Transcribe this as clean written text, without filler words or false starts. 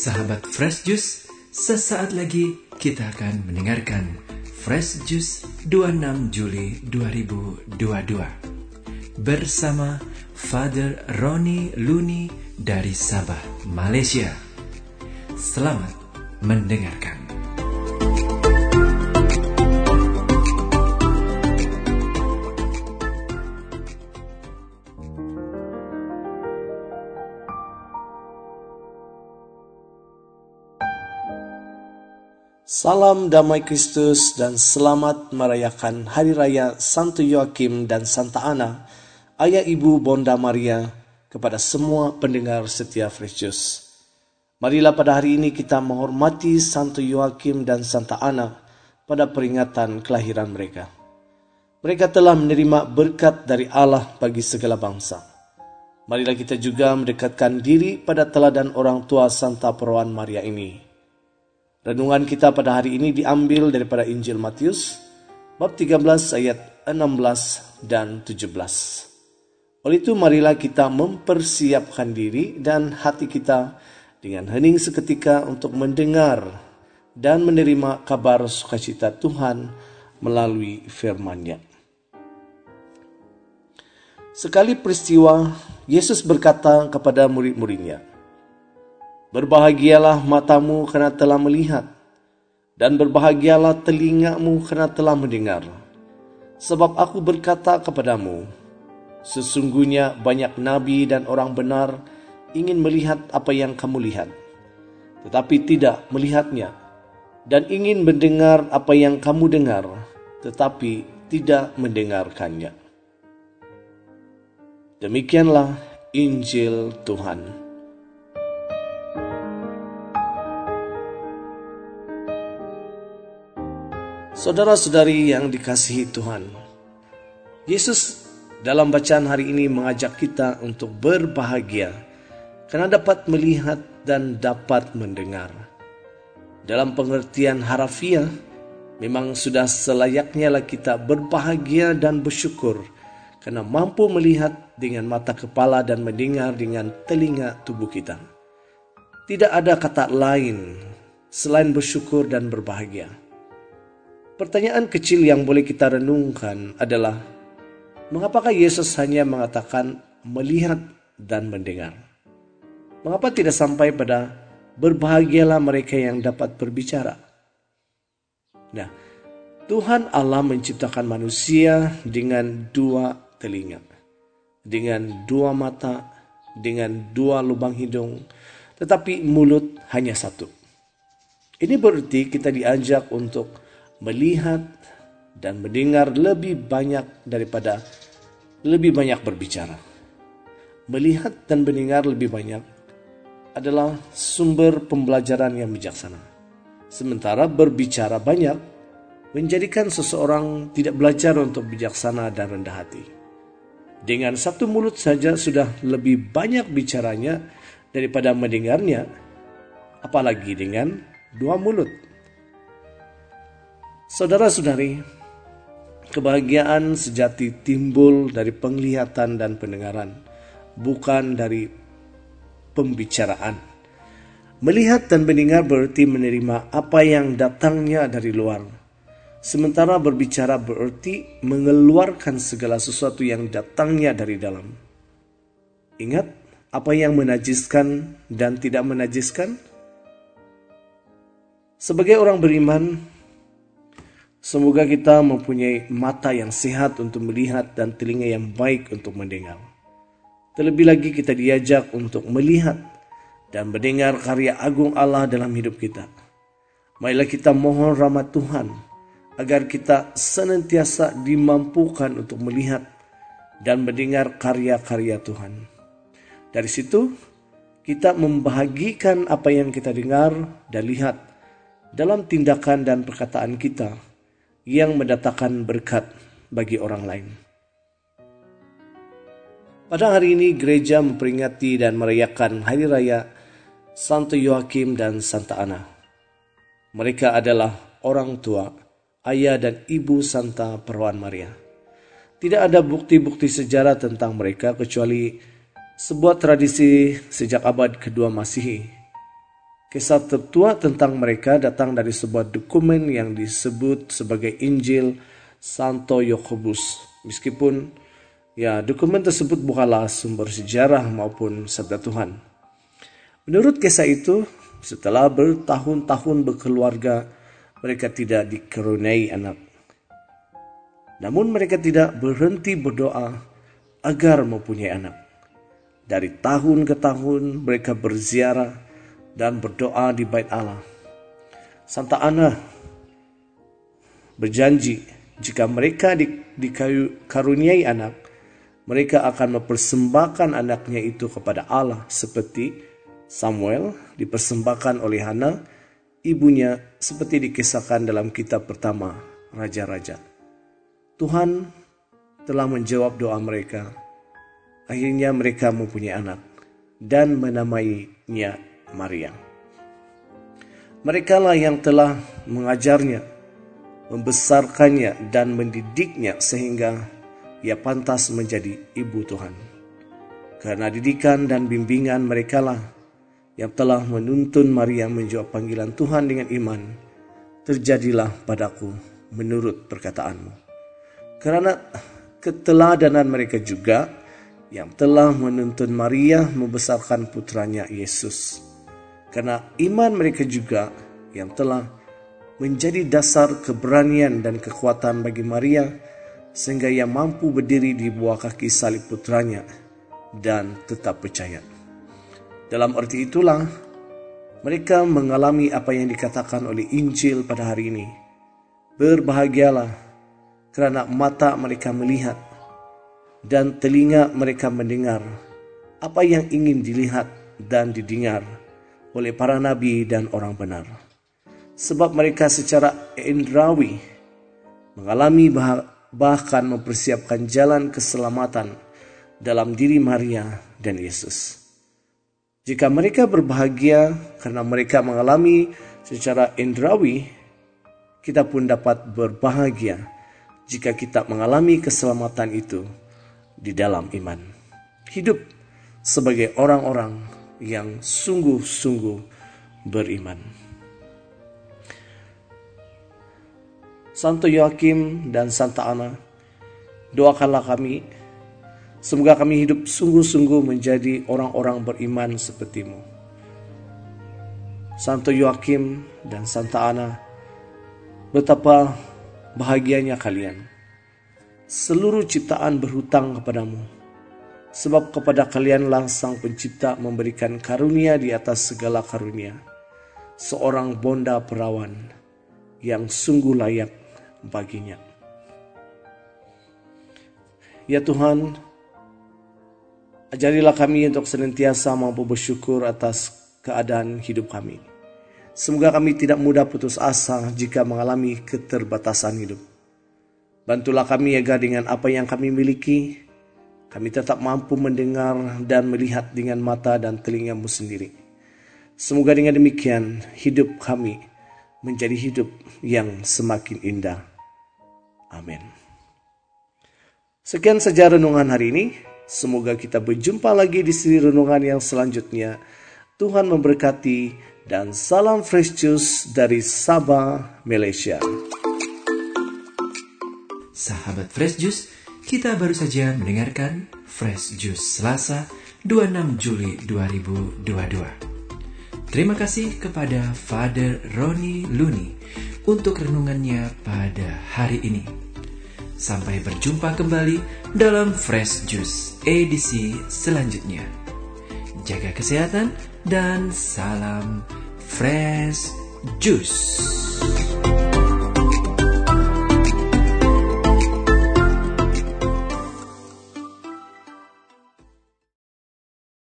sahabat Fresh Juice, sesaat lagi kita akan mendengarkan Fresh Juice 26 Juli 2022 bersama Father Roni Luni dari Sabah, Malaysia. Selamat mendengarkan. Salam damai Kristus dan selamat merayakan Hari Raya Santo Yoakim dan Santa Ana, Ayah Ibu Bonda Maria, kepada semua pendengar setia Fresh Juice. Marilah pada hari ini kita menghormati Santo Yoakim dan Santa Ana pada peringatan kelahiran mereka. Mereka telah menerima berkat dari Allah bagi segala bangsa. Marilah kita juga mendekatkan diri pada teladan orang tua Santa Perawan Maria ini. Renungan kita pada hari ini diambil daripada Injil Matius, bab 13 ayat 16 dan 17. Oleh itu marilah kita mempersiapkan diri dan hati kita dengan hening seketika untuk mendengar dan menerima kabar sukacita Tuhan melalui firman-Nya. Sekali peristiwa, Yesus berkata kepada murid-muridnya, "Berbahagialah matamu karena telah melihat, dan berbahagialah telingamu karena telah mendengar. Sebab aku berkata kepadamu, sesungguhnya banyak nabi dan orang benar ingin melihat apa yang kamu lihat, tetapi tidak melihatnya, dan ingin mendengar apa yang kamu dengar, tetapi tidak mendengarkannya." Demikianlah Injil Tuhan. Saudara-saudari yang dikasihi Tuhan, Yesus dalam bacaan hari ini mengajak kita untuk berbahagia karena dapat melihat dan dapat mendengar. Dalam pengertian harafiah, memang sudah selayaknya lah kita berbahagia dan bersyukur karena mampu melihat dengan mata kepala dan mendengar dengan telinga tubuh kita. Tidak ada kata lain selain bersyukur dan berbahagia. Pertanyaan kecil yang boleh kita renungkan adalah, mengapakah Yesus hanya mengatakan melihat dan mendengar? Mengapa tidak sampai pada berbahagialah mereka yang dapat berbicara? Nah, Tuhan Allah menciptakan manusia dengan dua telinga, dengan dua mata, dengan dua lubang hidung, tetapi mulut hanya satu. Ini berarti kita diajak untuk melihat dan mendengar lebih banyak berbicara. Melihat dan mendengar lebih banyak adalah sumber pembelajaran yang bijaksana. Sementara berbicara banyak menjadikan seseorang tidak belajar untuk bijaksana dan rendah hati. Dengan satu mulut saja sudah lebih banyak bicaranya daripada mendengarnya, apalagi dengan dua mulut. Saudara-saudari, kebahagiaan sejati timbul dari penglihatan dan pendengaran, bukan dari pembicaraan. Melihat dan mendengar berarti menerima apa yang datangnya dari luar. Sementara berbicara berarti mengeluarkan segala sesuatu yang datangnya dari dalam. Ingat apa yang menajiskan dan tidak menajiskan? Sebagai orang beriman, semoga kita mempunyai mata yang sehat untuk melihat dan telinga yang baik untuk mendengar. Terlebih lagi kita diajak untuk melihat dan mendengar karya agung Allah dalam hidup kita. Marilah kita mohon rahmat Tuhan agar kita senantiasa dimampukan untuk melihat dan mendengar karya-karya Tuhan. Dari situ kita membahagikan apa yang kita dengar dan lihat dalam tindakan dan perkataan kita yang mendatangkan berkat bagi orang lain. Pada hari ini gereja memperingati dan merayakan Hari Raya Santo Yoakim dan Santa Ana. Mereka adalah orang tua, ayah dan ibu Santa Perawan Maria. Tidak ada bukti-bukti sejarah tentang mereka kecuali sebuah tradisi sejak abad kedua Masehi. Kisah tertua tentang mereka datang dari sebuah dokumen yang disebut sebagai Injil Santo Yakobus. Meskipun dokumen tersebut bukanlah sumber sejarah maupun sabda Tuhan. Menurut kisah itu, setelah bertahun-tahun berkeluarga, mereka tidak dikaruniai anak. Namun mereka tidak berhenti berdoa agar mempunyai anak. Dari tahun ke tahun mereka berziarah dan berdoa di bait Allah. Santa Ana berjanji jika mereka dikaruniai anak, mereka akan mempersembahkan anaknya itu kepada Allah seperti Samuel dipersembahkan oleh Hana, ibunya, seperti dikisahkan dalam kitab pertama Raja-Raja. Tuhan telah menjawab doa mereka. Akhirnya mereka mempunyai anak dan menamainya Maria. Merekalah yang telah mengajarnya, membesarkannya dan mendidiknya sehingga ia pantas menjadi ibu Tuhan. Karena didikan dan bimbingan merekalah yang telah menuntun Maria menjawab panggilan Tuhan dengan iman. Terjadilah padaku menurut perkataanmu. Karena keteladanan mereka juga yang telah menuntun Maria membesarkan putranya Yesus. Karena iman mereka juga yang telah menjadi dasar keberanian dan kekuatan bagi Maria, sehingga ia mampu berdiri di bawah kaki salib putranya dan tetap percaya. Dalam arti itulah mereka mengalami apa yang dikatakan oleh Injil pada hari ini. Berbahagialah kerana mata mereka melihat dan telinga mereka mendengar apa yang ingin dilihat dan didengar oleh para nabi dan orang benar. Sebab mereka secara indrawi mengalami bahkan mempersiapkan jalan keselamatan dalam diri Maria dan Yesus. Jika mereka berbahagia karena mereka mengalami secara indrawi, kita pun dapat berbahagia jika kita mengalami keselamatan itu di dalam iman. Hidup sebagai orang-orang yang sungguh-sungguh beriman. Santo Yoakim dan Santa Ana, doakanlah kami, semoga kami hidup sungguh-sungguh menjadi orang-orang beriman sepertimu. Santo Yoakim dan Santa Ana, betapa bahagianya kalian. Seluruh ciptaan berhutang kepadamu. Sebab kepada kalianlah Sang Pencipta memberikan karunia di atas segala karunia. Seorang bonda perawan yang sungguh layak baginya. Ya Tuhan, ajarilah kami untuk senantiasa mampu bersyukur atas keadaan hidup kami. Semoga kami tidak mudah putus asa jika mengalami keterbatasan hidup. Bantulah kami agar dengan apa yang kami miliki, kami tetap mampu mendengar dan melihat dengan mata dan telingamu sendiri. Semoga dengan demikian hidup kami menjadi hidup yang semakin indah. Amin. Sekian saja renungan hari ini. Semoga kita berjumpa lagi di seri renungan yang selanjutnya. Tuhan memberkati dan salam Fresh Juice dari Sabah, Malaysia. Sahabat Fresh Juice, kita baru saja mendengarkan Fresh Juice Selasa 26 Juli 2022. Terima kasih kepada Father Roni Luni untuk renungannya pada hari ini. Sampai berjumpa kembali dalam Fresh Juice edisi selanjutnya. Jaga kesehatan dan salam Fresh Juice.